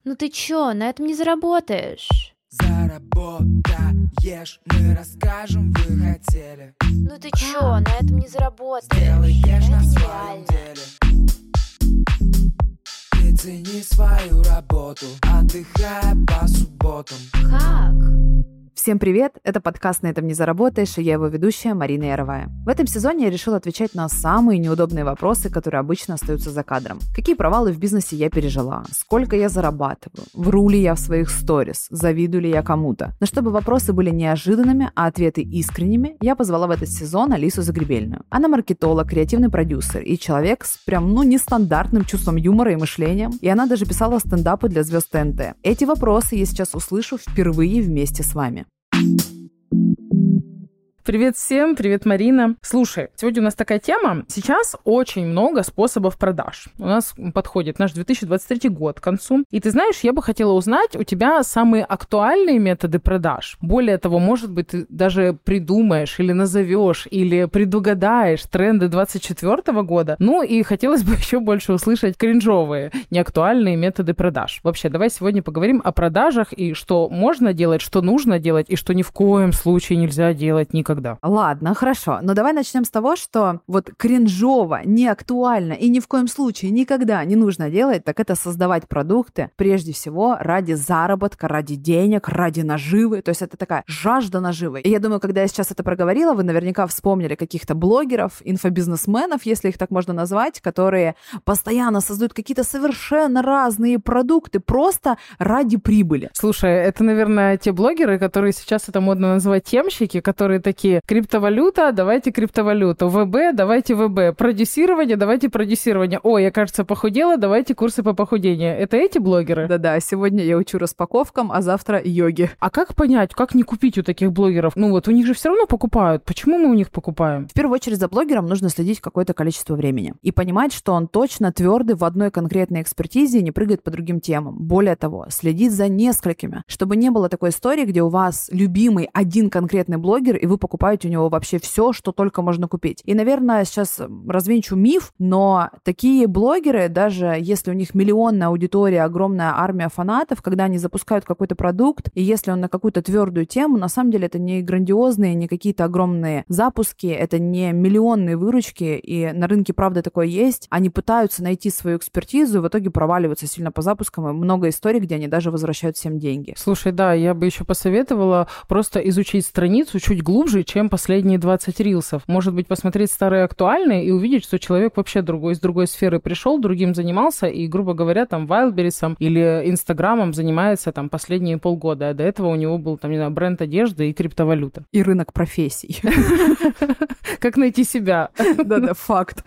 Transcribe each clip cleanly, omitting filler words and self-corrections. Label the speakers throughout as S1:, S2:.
S1: Ну ты чё, на этом не заработаешь?
S2: Заработаешь, мы расскажем, вы хотели.
S1: Ну ты чё, на этом не заработаешь?
S2: Сделаешь на
S1: Это
S2: своем
S1: нереально.
S2: деле. Ты цени свою работу, отдыхая по субботам.
S1: Как?
S3: Всем привет! Это подкаст «На этом не заработаешь», и я его ведущая Марина Яровая. В этом сезоне я решила отвечать на самые неудобные вопросы, которые обычно остаются за кадром. Какие провалы в бизнесе я пережила? Сколько я зарабатываю? Вру ли я в своих сторис? Завидую ли я кому-то? Но чтобы вопросы были неожиданными, а ответы искренними, я позвала в этот сезон Алису Загребельную. Она маркетолог, креативный продюсер и человек с прям, нестандартным чувством юмора и мышлением, и она даже писала стендапы для звезд ТНТ. Эти вопросы я сейчас услышу впервые вместе с вами.
S4: Привет всем, привет, Марина. Слушай, сегодня у нас такая тема. Сейчас очень много способов продаж. У нас подходит наш 2023 год к концу. И ты знаешь, я бы хотела узнать у тебя самые актуальные методы продаж. Более того, может быть, ты даже придумаешь или назовешь, или предугадаешь тренды 2024 года. Ну и хотелось бы еще больше услышать кринжовые, неактуальные методы продаж. Вообще, давай сегодня поговорим о продажах и что можно делать, что нужно делать, и что ни в коем случае нельзя делать никогда.
S3: Ладно, хорошо. Но давай начнем с того, что вот кринжово, неактуально и ни в коем случае никогда не нужно делать, так это создавать продукты прежде всего ради заработка, ради денег, ради наживы. То есть это такая жажда наживы. И я думаю, когда я сейчас это проговорила, вы наверняка вспомнили каких-то блогеров, инфобизнесменов, если их так можно назвать, которые постоянно создают какие-то совершенно разные продукты просто ради прибыли.
S4: Слушай, это, наверное, те блогеры, которые сейчас это модно называть темщики, которые такие: криптовалюта, давайте криптовалюту, ВБ, давайте ВБ, продюсирование, давайте продюсирование. Ой, я, кажется, похудела, давайте курсы по похудению. Это эти блогеры?
S3: Да-да, сегодня я учу распаковкам, а завтра йоге.
S4: А как понять, как не купить у таких блогеров? Ну вот, у них же все равно покупают. Почему мы у них покупаем?
S3: В первую очередь за блогером нужно следить какое-то количество времени и понимать, что он точно твердый в одной конкретной экспертизе и не прыгает по другим темам. Более того, следить за несколькими, чтобы не было такой истории, где у вас любимый один конкретный блогер, и вы покупаете у него вообще все, что только можно купить. И, наверное, сейчас развенчу миф, но такие блогеры, даже если у них миллионная аудитория, огромная армия фанатов, когда они запускают какой-то продукт, и если он на какую-то твердую тему, на самом деле это не грандиозные, не какие-то огромные запуски, это не миллионные выручки, и на рынке, правда, такое есть. Они пытаются найти свою экспертизу, и в итоге проваливаются сильно по запускам, и много историй, где они даже возвращают всем деньги.
S4: Слушай, да, я бы еще посоветовала просто изучить страницу чуть глубже, чем последние 20 рилсов. Может быть, посмотреть старые актуальные и увидеть, что человек вообще из другой сферы пришел, другим занимался и, грубо говоря, там, Wildberries или Инстаграмом занимается там последние полгода, а до этого у него был, там, не знаю, бренд одежды и криптовалюта.
S3: И рынок профессий.
S4: Как найти себя.
S3: Да-да, факт.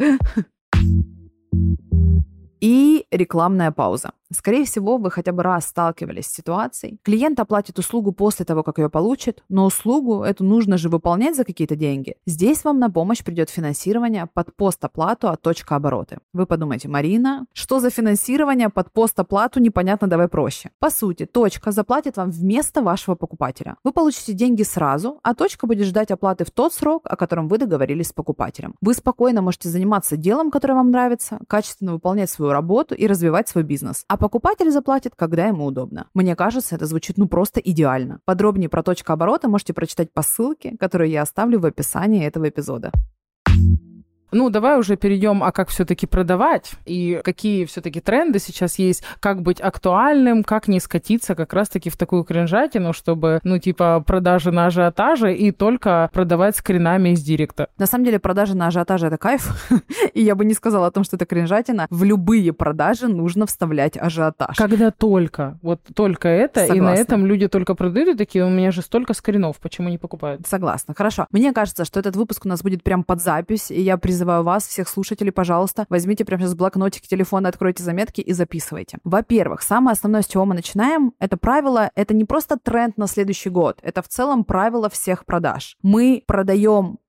S3: И рекламная пауза. Скорее всего, вы хотя бы раз сталкивались с ситуацией. Клиент оплатит услугу после того, как ее получит, но услугу эту нужно же выполнять за какие-то деньги. Здесь вам на помощь придет финансирование под постоплату от точка-обороты. Вы подумаете: Марина, что за финансирование под постоплату, непонятно, давай проще. По сути, точка заплатит вам вместо вашего покупателя. Вы получите деньги сразу, а точка будет ждать оплаты в тот срок, о котором вы договорились с покупателем. Вы спокойно можете заниматься делом, которое вам нравится, качественно выполнять свою работу и развивать свой бизнес. А покупатель заплатит, когда ему удобно. Мне кажется, это звучит просто идеально. Подробнее про точку оборота можете прочитать по ссылке, которую я оставлю в описании этого эпизода.
S4: Ну, давай уже перейдем, а как все-таки продавать и какие все-таки тренды сейчас есть, как быть актуальным, как не скатиться как раз-таки в такую кринжатину, чтобы, продажи на ажиотаже и только продавать скринами из директа.
S3: На самом деле, продажи на ажиотаже — это кайф, и я бы не сказала о том, что это кринжатина. В любые продажи нужно вставлять ажиотаж.
S4: Когда только, вот только это, согласна. И на этом люди только продают, и такие: у меня же столько скринов, почему не покупают?
S3: Согласна, хорошо. Мне кажется, что этот выпуск у нас будет прям под запись, и я призываю вас, всех слушателей, пожалуйста, возьмите прямо сейчас блокнотик телефона, откройте заметки и записывайте. Во-первых, самое основное, с чего мы начинаем, это правило, это не просто тренд на следующий год, это в целом правило всех продаж. Мы продаем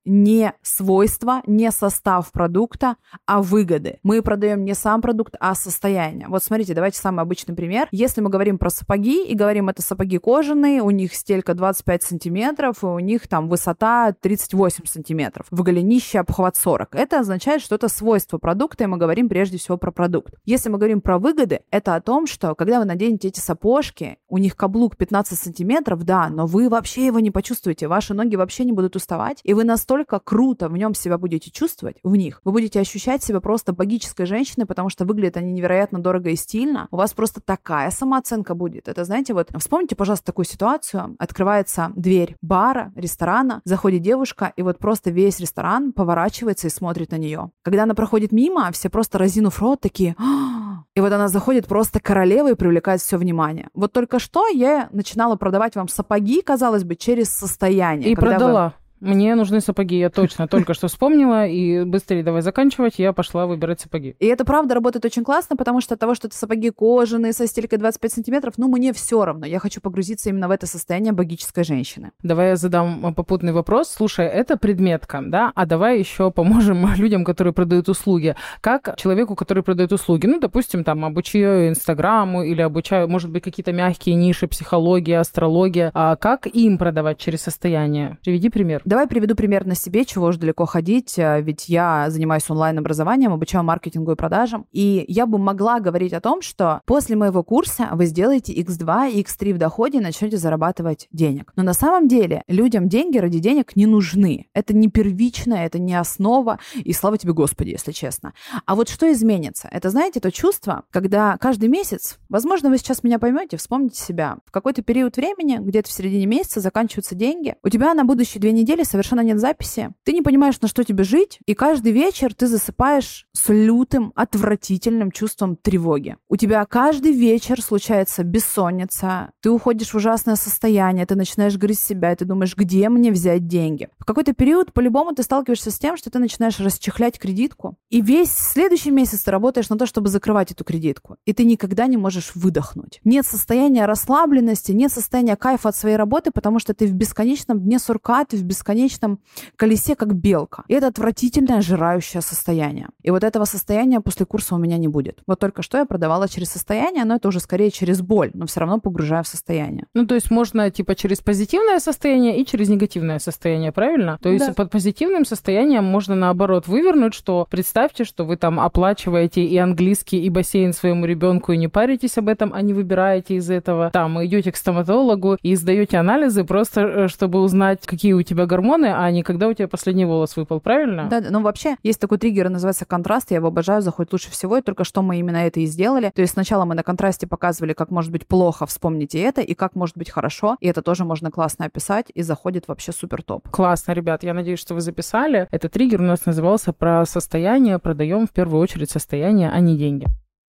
S3: не свойства, не состав продукта, а выгоды. Мы продаем не сам продукт, а состояние. Вот смотрите, давайте самый обычный пример. Если мы говорим про сапоги и говорим, это сапоги кожаные, у них стелька 25 сантиметров, и у них там высота 38 сантиметров, в голенище обхват 40. Это означает, что это свойство продукта, и мы говорим прежде всего про продукт. Если мы говорим про выгоды, это о том, что когда вы наденете эти сапожки, у них каблук 15 сантиметров, да, но вы вообще его не почувствуете, ваши ноги вообще не будут уставать, и вы настолько круто в нем себя будете чувствовать, в них, вы будете ощущать себя просто богической женщиной, потому что выглядят они невероятно дорого и стильно, у вас просто такая самооценка будет. Это, знаете, вот вспомните, пожалуйста, такую ситуацию, открывается дверь бара, ресторана, заходит девушка, и вот просто весь ресторан поворачивается и смотрит на нее. Когда она проходит мимо, все просто разинув рот такие... И вот она заходит просто королевой и привлекает все внимание. Вот только что я начинала продавать вам сапоги, казалось бы, через состояние.
S4: И продала. Мне нужны сапоги, я точно только что вспомнила, и быстрее давай заканчивать, я пошла выбирать сапоги.
S3: И это правда работает очень классно, потому что от того, что это сапоги кожаные со стелькой 25 сантиметров, мне все равно. Я хочу погрузиться именно в это состояние богической женщины.
S4: Давай я задам попутный вопрос. Слушай, это предметка, да? А давай еще поможем людям, которые продают услуги. Как человеку, который продает услуги? Допустим, там, обучаю Инстаграму или обучаю, может быть, какие-то мягкие ниши, психология, астрология. А как им продавать через состояние? Приведи пример.
S3: Давай приведу пример на себе, чего уж далеко ходить, ведь я занимаюсь онлайн-образованием, обучаю маркетингу и продажам, и я бы могла говорить о том, что после моего курса вы сделаете X2 и X3 в доходе и начнете зарабатывать денег. Но на самом деле людям деньги ради денег не нужны. Это не первичное, это не основа, и слава тебе, Господи, если честно. А вот что изменится? Это, знаете, то чувство, когда каждый месяц, возможно, вы сейчас меня поймете, вспомните себя, в какой-то период времени, где-то в середине месяца заканчиваются деньги, у тебя на будущие 2 недели совершенно нет записи, ты не понимаешь, на что тебе жить, и каждый вечер ты засыпаешь с лютым, отвратительным чувством тревоги. У тебя каждый вечер случается бессонница, ты уходишь в ужасное состояние, ты начинаешь грызть себя, и ты думаешь, где мне взять деньги? В какой-то период по-любому ты сталкиваешься с тем, что ты начинаешь расчехлять кредитку, и весь следующий месяц ты работаешь на то, чтобы закрывать эту кредитку, и ты никогда не можешь выдохнуть. Нет состояния расслабленности, нет состояния кайфа от своей работы, потому что ты в бесконечном дне сурка, ты в бесконечном колесе, как белка. И это отвратительное жирающее состояние. И вот этого состояния после курса у меня не будет. Вот только что я продавала через состояние, но это уже скорее через боль, но все равно погружаю в состояние.
S4: То есть можно через позитивное состояние и через негативное состояние, правильно? То есть под позитивным состоянием можно наоборот вывернуть, что представьте, что вы там оплачиваете и английский, и бассейн своему ребенку, и не паритесь об этом, а не выбираете из этого. Там идете к стоматологу и сдаете анализы просто, чтобы узнать, какие у тебя гормоны, а не когда у тебя последний волос выпал, правильно?
S3: Да, вообще есть такой триггер, называется контраст, я его обожаю, заходит лучше всего, и только что мы именно это и сделали. То есть сначала мы на контрасте показывали, как может быть плохо, вспомните это, и как может быть хорошо, и это тоже можно классно описать, и заходит вообще супер топ.
S4: Классно, ребят, я надеюсь, что вы записали. Этот триггер у нас назывался про состояние, продаем в первую очередь состояние, а не деньги.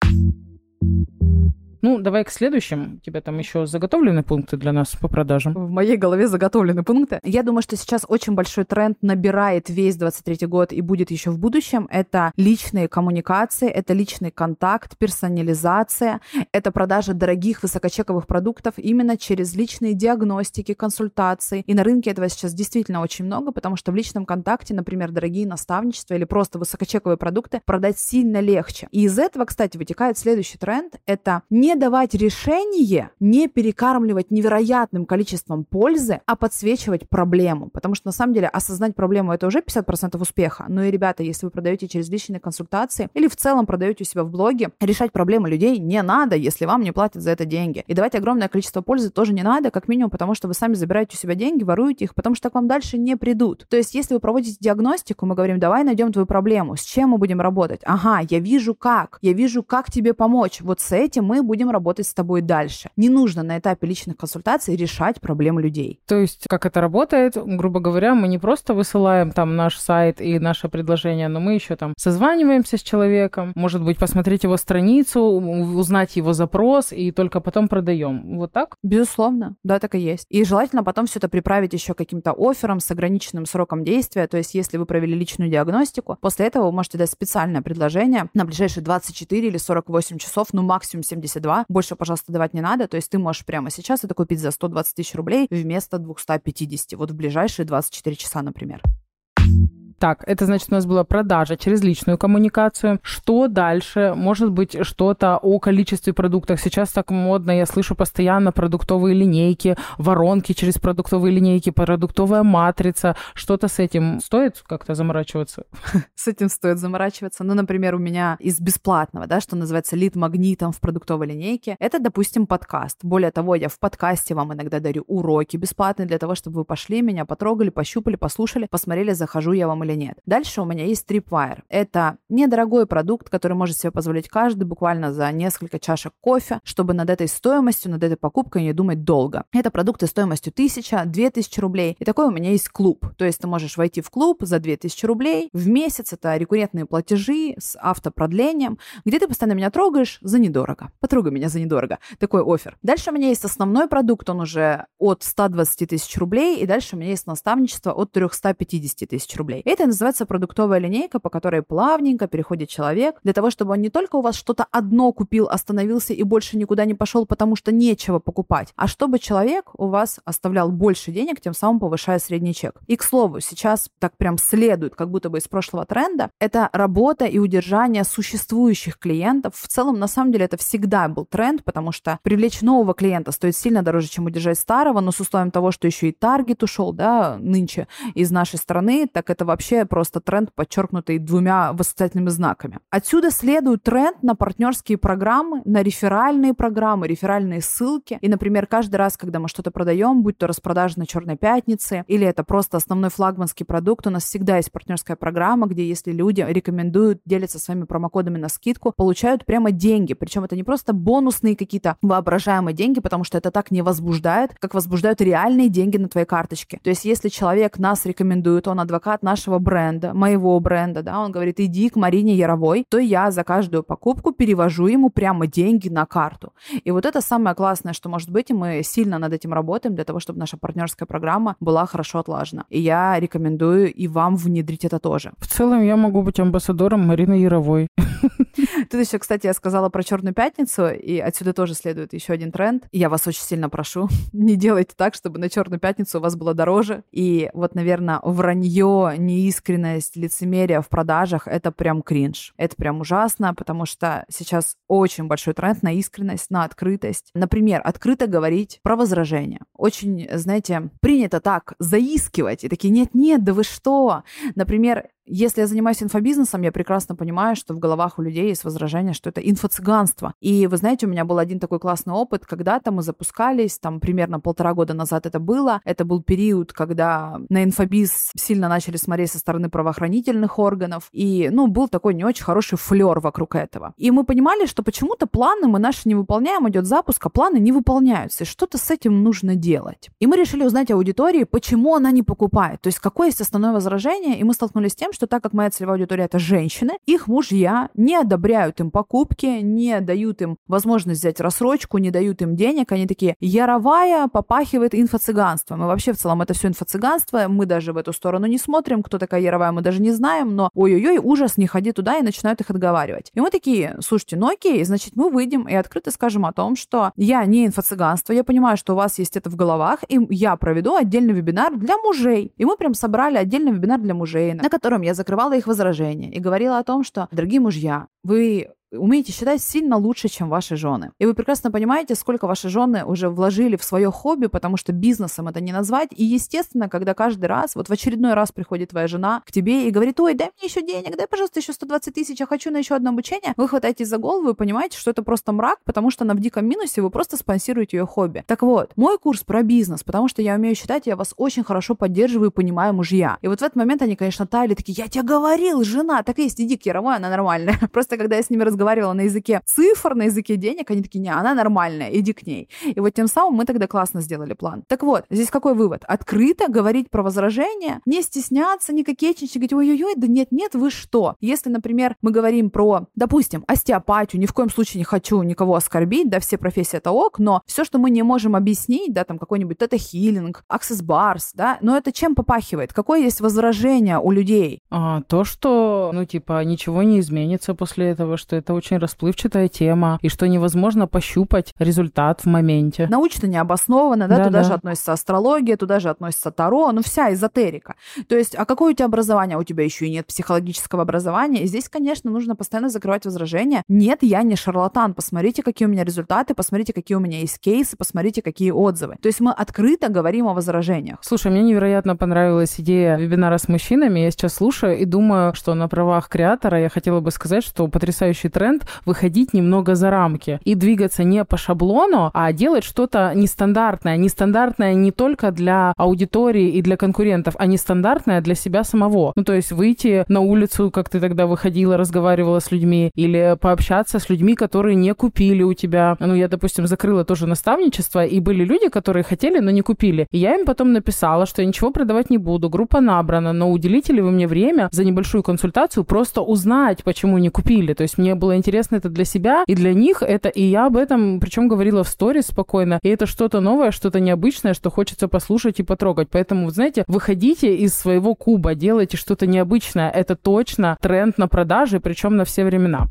S4: Давай к следующим. У тебя там еще заготовлены пункты для нас по продажам?
S3: В моей голове заготовлены пункты. Я думаю, что сейчас очень большой тренд набирает весь 23-й год и будет еще в будущем. Это личные коммуникации, это личный контакт, персонализация, это продажа дорогих высокочековых продуктов именно через личные диагностики, консультации. И на рынке этого сейчас действительно очень много, потому что в личном контакте, например, дорогие наставничества или просто высокочековые продукты продать сильно легче. И из этого, кстати, вытекает следующий тренд. Это не давать решение, не перекармливать невероятным количеством пользы, а подсвечивать проблему. Потому что, на самом деле, осознать проблему — это уже 50% успеха. Ну и, ребята, если вы продаете через личные консультации или в целом продаете у себя в блоге, решать проблемы людей не надо, если вам не платят за это деньги. И давать огромное количество пользы тоже не надо, как минимум, потому что вы сами забираете у себя деньги, воруете их, потому что к вам дальше не придут. То есть, если вы проводите диагностику, мы говорим, давай найдем твою проблему, с чем мы будем работать? Ага, я вижу, как тебе помочь. Вот с этим мы будем работать с тобой дальше. Не нужно на этапе личных консультаций решать проблемы людей.
S4: То есть, как это работает, грубо говоря, мы не просто высылаем там наш сайт и наше предложение, но мы еще там созваниваемся с человеком, может быть, посмотреть его страницу, узнать его запрос и только потом продаем. Вот так?
S3: Безусловно. Да, так и есть. И желательно потом все это приправить еще каким-то оффером с ограниченным сроком действия. То есть, если вы провели личную диагностику, после этого вы можете дать специальное предложение на ближайшие 24 или 48 часов, максимум 72. Больше, пожалуйста, давать не надо. То есть ты можешь прямо сейчас это купить за 120 тысяч рублей вместо 250. Вот в ближайшие 24 часа, например.
S4: Так, это значит, у нас была продажа через личную коммуникацию. Что дальше? Может быть, что-то о количестве продуктов. Сейчас так модно, я слышу постоянно продуктовые линейки, воронки через продуктовые линейки, продуктовая матрица. Что-то с этим стоит как-то заморачиваться?
S3: С этим стоит заморачиваться. Ну, например, у меня из бесплатного, да, что называется лид-магнитом в продуктовой линейке, это, допустим, подкаст. Более того, я в подкасте вам иногда дарю уроки бесплатные для того, чтобы вы пошли, меня потрогали, пощупали, послушали, посмотрели, захожу я вам или нет. Дальше у меня есть Tripwire. Это недорогой продукт, который может себе позволить каждый буквально за несколько чашек кофе, чтобы над этой стоимостью, над этой покупкой не думать долго. Это продукты стоимостью 1000-2000 рублей. И такой у меня есть клуб. То есть ты можешь войти в клуб за 2000 рублей в месяц. Это рекуррентные платежи с автопродлением, где ты постоянно меня трогаешь за недорого. Потрогай меня за недорого. Такой оффер. Дальше у меня есть основной продукт, он уже от 120 тысяч рублей, и дальше у меня есть наставничество от 350 тысяч рублей. Это называется продуктовая линейка, по которой плавненько переходит человек для того, чтобы он не только у вас что-то одно купил, остановился и больше никуда не пошел, потому что нечего покупать, а чтобы человек у вас оставлял больше денег, тем самым повышая средний чек. И, к слову, сейчас так прям следует, как будто бы из прошлого тренда, это работа и удержание существующих клиентов. В целом, на самом деле, это всегда был тренд, потому что привлечь нового клиента стоит сильно дороже, чем удержать старого, но с условием того, что еще и таргет ушел, да, нынче из нашей страны, так это вообще просто тренд, подчеркнутый двумя восклицательными знаками. Отсюда следует тренд на партнерские программы, на реферальные программы, реферальные ссылки. И, например, каждый раз, когда мы что-то продаем, будь то распродажа на Черной пятнице, или это просто основной флагманский продукт, у нас всегда есть партнерская программа, где если люди рекомендуют, делятся своими промокодами на скидку, получают прямо деньги. Причем это не просто бонусные какие-то воображаемые деньги, потому что это так не возбуждает, как возбуждают реальные деньги на твоей карточке. То есть если человек нас рекомендует, он адвокат нашего бренда, моего бренда, да, он говорит, иди к Марине Яровой, то я за каждую покупку перевожу ему прямо деньги на карту. И вот это самое классное, что может быть, и мы сильно над этим работаем для того, чтобы наша партнерская программа была хорошо отлажена. И я рекомендую и вам внедрить это тоже.
S4: В целом я могу быть амбассадором Марины Яровой.
S3: Тут еще, кстати, я сказала про Черную пятницу, и отсюда тоже следует еще один тренд. Я вас очень сильно прошу, не делайте так, чтобы на Черную пятницу у вас было дороже. И вот, наверное, вранье, неискренность, лицемерие в продажах — это прям кринж. Это прям ужасно, потому что сейчас очень большой тренд на искренность, на открытость. Например, открыто говорить про возражения. Очень, знаете, принято так заискивать. И такие, нет-нет, да вы что? Например, если я занимаюсь инфобизнесом, я прекрасно понимаю, что в головах у людей есть возражение, что это инфо-цыганство. И вы знаете, у меня был один такой классный опыт. Когда-то мы запускались, там примерно 1,5 года назад это было. Это был период, когда на инфобиз сильно начали смотреть со стороны правоохранительных органов. И, был такой не очень хороший флёр вокруг этого. И мы понимали, что почему-то планы мы наши не выполняем, идет запуск, а планы не выполняются. И что-то с этим нужно делать. И мы решили узнать аудитории, почему она не покупает. То есть какое есть основное возражение. И мы столкнулись с тем, что так как моя целевая аудитория — это женщины, их мужья не одобряют им покупки, не дают им возможность взять рассрочку, не дают им денег. Они такие, Яровая попахивает инфо-цыганством. И вообще в целом это все инфо-цыганство. Мы даже в эту сторону не смотрим. Кто такая Яровая, мы даже не знаем. Но ой-ой-ой, ужас, не ходи туда, и начинают их отговаривать. И мы такие, слушайте, окей, значит, мы выйдем и открыто скажем о том, что я не инфо-цыганство, я понимаю, что у вас есть это в головах, и я проведу отдельный вебинар для мужей. И мы прям собрали отдельный вебинар для мужей, на котором я закрывала их возражения и говорила о том, что, дорогие мужья, вы умеете считать сильно лучше, чем ваши жены. И вы прекрасно понимаете, сколько ваши жены уже вложили в свое хобби, потому что бизнесом это не назвать. И, естественно, когда каждый раз, вот в очередной раз приходит твоя жена к тебе и говорит, ой, дай мне еще денег, дай, пожалуйста, еще 120 тысяч, я хочу на еще одно обучение, вы хватаетесь за голову и понимаете, что это просто мрак, потому что она в диком минусе, вы просто спонсируете ее хобби. Так вот, мой курс про бизнес, потому что я умею считать, я вас очень хорошо поддерживаю и понимаю, мужья. И вот в этот момент они, конечно, таяли, такие, я тебе говорил, жена, так и есть, иди к Яровой, она нормальная. Просто когда я с ними разговаривала на языке цифр, на языке денег, они такие, не, она нормальная, иди к ней. И вот тем самым мы тогда классно сделали план. Так вот, здесь какой вывод? Открыто говорить про возражения, не стесняться, не кокетничать, говорить, ой-ой-ой, да нет-нет, вы что? Если, например, мы говорим про, допустим, остеопатию, ни в коем случае не хочу никого оскорбить, да, все профессии это ок, но все, что мы не можем объяснить, да, там какой-нибудь тета-хилинг, Access Bars, да, но это чем попахивает? Какое есть возражение у людей?
S4: То, что, ничего не изменится после этого, что это это очень расплывчатая тема, и что невозможно пощупать результат в моменте.
S3: Научно не обоснованно, да, туда же относится астрология, туда же относится Таро, вся эзотерика. То есть, а какое у тебя образование? У тебя еще и нет психологического образования. И здесь, конечно, нужно постоянно закрывать возражения. Нет, я не шарлатан. Посмотрите, какие у меня результаты, посмотрите, какие у меня есть кейсы, посмотрите, какие отзывы. То есть мы открыто говорим о возражениях.
S4: Слушай, мне невероятно понравилась идея вебинара с мужчинами. Я сейчас слушаю и думаю, что на правах креатора я хотела бы сказать, что потрясающий тренд — выходить немного за рамки и двигаться не по шаблону, а делать что-то нестандартное. Нестандартное не только для аудитории и для конкурентов, а нестандартное для себя самого. То есть выйти на улицу, как ты тогда выходила, разговаривала с людьми, или пообщаться с людьми, которые не купили у тебя. Я, допустим, закрыла тоже наставничество, и были люди, которые хотели, но не купили. И я им потом написала, что я ничего продавать не буду, группа набрана, но уделите ли вы мне время за небольшую консультацию просто узнать, почему не купили. То есть мне было интересно это для себя и для них это, и я об этом, причем говорила в сторис спокойно, и это что-то новое, что-то необычное, что хочется послушать и потрогать. Поэтому, знаете, выходите из своего куба, делайте что-то необычное. Это точно тренд на продажи, причем на все времена.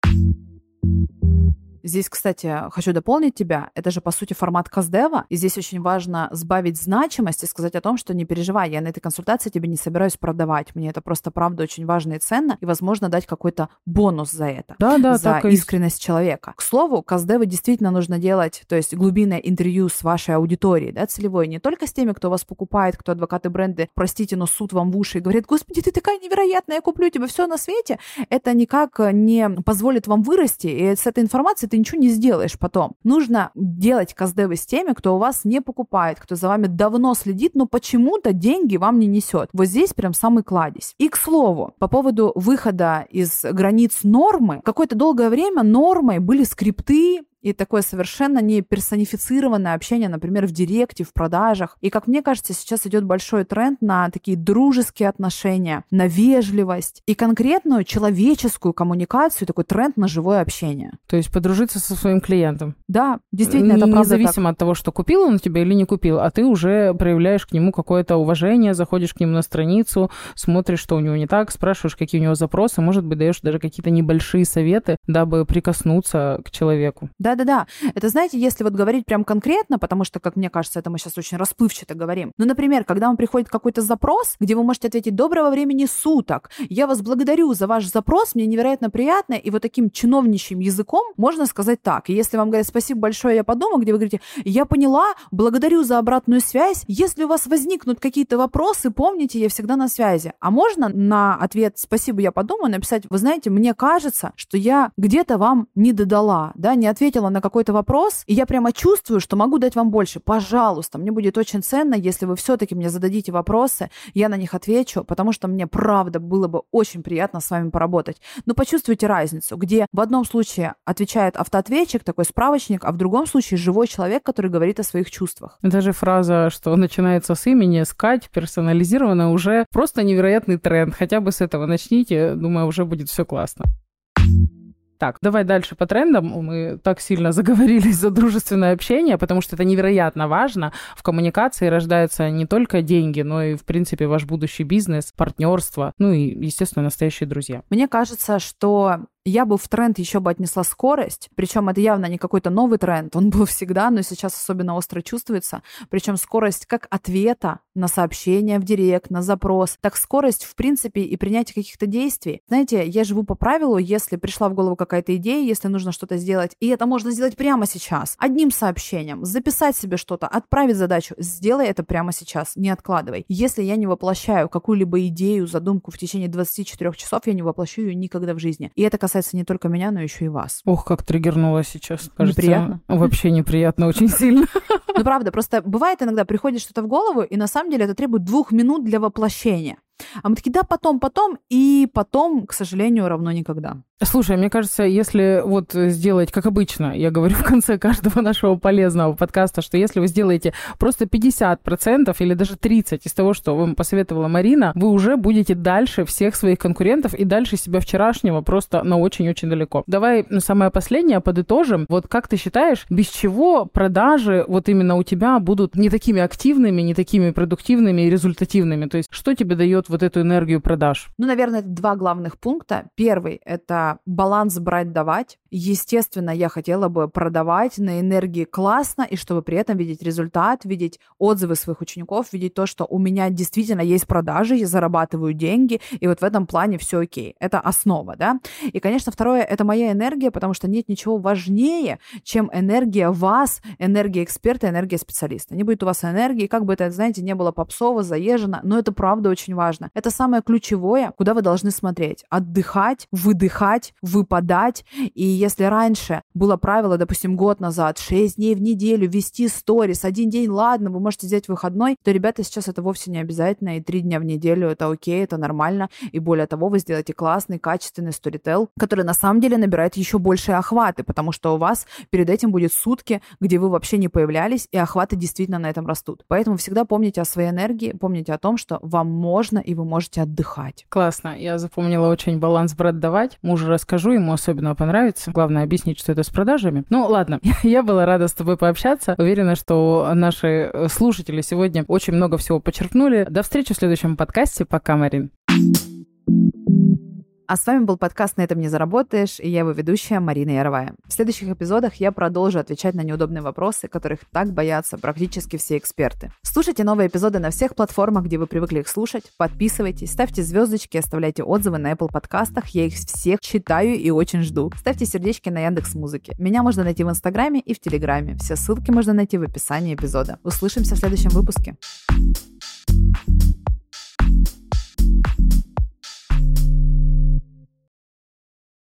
S3: Здесь, кстати, хочу дополнить тебя. Это же, по сути, формат Каздева. И здесь очень важно сбавить значимость и сказать о том, что не переживай, я на этой консультации тебе не собираюсь продавать. Мне это просто, правда, очень важно и ценно. И, возможно, дать какой-то бонус за это.
S4: Да,
S3: за искренность человека. К слову, Каздевы действительно нужно делать, то есть глубинное интервью с вашей аудиторией, да, целевой. Не только с теми, кто вас покупает, кто адвокаты бренды, простите, но суд вам в уши и говорит: господи, ты такая невероятная, я куплю тебе все на свете. Это никак не позволит вам вырасти. И с этой информацией ты ничего не сделаешь потом. Нужно делать каздевы с теми, кто у вас не покупает, кто за вами давно следит, но почему-то деньги вам не несет. Вот здесь прям самый кладезь. И, к слову, по поводу выхода из границ нормы, какое-то долгое время нормой были скрипты, и такое совершенно не персонифицированное общение, например, в директе, в продажах. И, как мне кажется, сейчас идет большой тренд на такие дружеские отношения, на вежливость и конкретную человеческую коммуникацию, такой тренд на живое общение.
S4: То есть подружиться со своим клиентом.
S3: Да, действительно, это правда
S4: независимо
S3: так.
S4: От того, что купил он у тебя или не купил, а ты уже проявляешь к нему какое-то уважение, заходишь к нему на страницу, смотришь, что у него не так, спрашиваешь, какие у него запросы, может быть, даешь даже какие-то небольшие советы, дабы прикоснуться к человеку.
S3: Да. Это, знаете, если вот говорить прям конкретно, потому что, как мне кажется, это мы сейчас очень расплывчато говорим. Например, когда вам приходит какой-то запрос, где вы можете ответить: доброго времени суток, я вас благодарю за ваш запрос, мне невероятно приятно, и вот таким чиновничьим языком можно сказать так. И если вам говорят: спасибо большое, я подумаю, где вы говорите: я поняла, благодарю за обратную связь, если у вас возникнут какие-то вопросы, помните, я всегда на связи. А можно на ответ «спасибо, я подумаю» написать: вы знаете, мне кажется, что я где-то вам не додала, да, не ответила на какой-то вопрос, и я прямо чувствую, что могу дать вам больше. Пожалуйста, мне будет очень ценно, если вы все-таки мне зададите вопросы, я на них отвечу, потому что мне, правда, было бы очень приятно с вами поработать. Но почувствуйте разницу, где в одном случае отвечает автоответчик, такой справочник, а в другом случае живой человек, который говорит о своих чувствах.
S4: Даже фраза, что начинается с имени, с Кать, персонализировано, уже просто невероятный тренд. Хотя бы с этого начните, думаю, уже будет все классно. Так, давай дальше по трендам. Мы так сильно заговорились за дружественное общение, потому что это невероятно важно. В коммуникации рождаются не только деньги, но и, в принципе, ваш будущий бизнес, партнерство, и, естественно, настоящие друзья.
S3: Мне кажется, что я бы в тренд еще бы отнесла скорость, причем это явно не какой-то новый тренд, он был всегда, но сейчас особенно остро чувствуется, причем скорость как ответа на сообщение в директ, на запрос, так скорость, в принципе, и принятие каких-то действий. Знаете, я живу по правилу: если пришла в голову какая-то идея, если нужно что-то сделать, и это можно сделать прямо сейчас, одним сообщением, записать себе что-то, отправить задачу, сделай это прямо сейчас, не откладывай. Если я не воплощаю какую-либо идею, задумку в течение 24 часов, я не воплощу ее никогда в жизни. И это касается не только меня, но еще и вас.
S4: Ох, как триггернула сейчас. Кажется,
S3: неприятно?
S4: Вообще неприятно, очень сильно.
S3: Ну, правда, просто бывает иногда, приходит что-то в голову, и на самом деле это требует 2 минут для воплощения. А мы такие: да, потом, и потом, к сожалению, равно никогда.
S4: Слушай, мне кажется, если вот сделать, как обычно, я говорю в конце каждого нашего полезного подкаста, что если вы сделаете просто 50% или даже 30% из того, что вам посоветовала Марина, вы уже будете дальше всех своих конкурентов и дальше себя вчерашнего просто на очень-очень далеко. Давай самое последнее подытожим. Вот как ты считаешь, без чего продажи вот именно у тебя будут не такими активными, не такими продуктивными и результативными? То есть что тебе дает вот эту энергию продаж?
S3: Ну, наверное, это два главных пункта. Первый – это баланс брать-давать. Естественно, я хотела бы продавать на энергии классно, и чтобы при этом видеть результат, видеть отзывы своих учеников, видеть то, что у меня действительно есть продажи, я зарабатываю деньги, и вот в этом плане все окей. Это основа, да? И, конечно, второе – это моя энергия, потому что нет ничего важнее, чем энергия вас, энергия эксперта, энергия специалиста. Не будет у вас энергии, как бы это, знаете, не было попсово, заезжено, но это правда очень важно. Это самое ключевое, куда вы должны смотреть. Отдыхать, выдыхать, выпадать. И если раньше было правило, допустим, год назад, 6 дней в неделю вести сторис, 1 день, ладно, вы можете взять выходной, то, ребята, сейчас это вовсе не обязательно, и 3 дня в неделю это окей, это нормально. И более того, вы сделаете классный, качественный сторител, который на самом деле набирает еще большие охваты, потому что у вас перед этим будет сутки, где вы вообще не появлялись, и охваты действительно на этом растут. Поэтому всегда помните о своей энергии, помните о том, что вам можно, и вы можете отдыхать.
S4: Классно. Я запомнила очень баланс брать-давать. Мужу расскажу, ему особенно понравится. Главное объяснить, что это с продажами. Ну, ладно. Я была рада с тобой пообщаться. Уверена, что наши слушатели сегодня очень много всего почерпнули. До встречи в следующем подкасте. Пока, Марин.
S3: А с вами был подкаст «На этом не заработаешь», и я его ведущая Марина Яровая. В следующих эпизодах я продолжу отвечать на неудобные вопросы, которых так боятся практически все эксперты. Слушайте новые эпизоды на всех платформах, где вы привыкли их слушать. Подписывайтесь, ставьте звездочки, оставляйте отзывы на Apple подкастах. Я их всех читаю и очень жду. Ставьте сердечки на Яндекс.Музыке. Меня можно найти в Инстаграме и в Телеграме. Все ссылки можно найти в описании эпизода. Услышимся в следующем выпуске.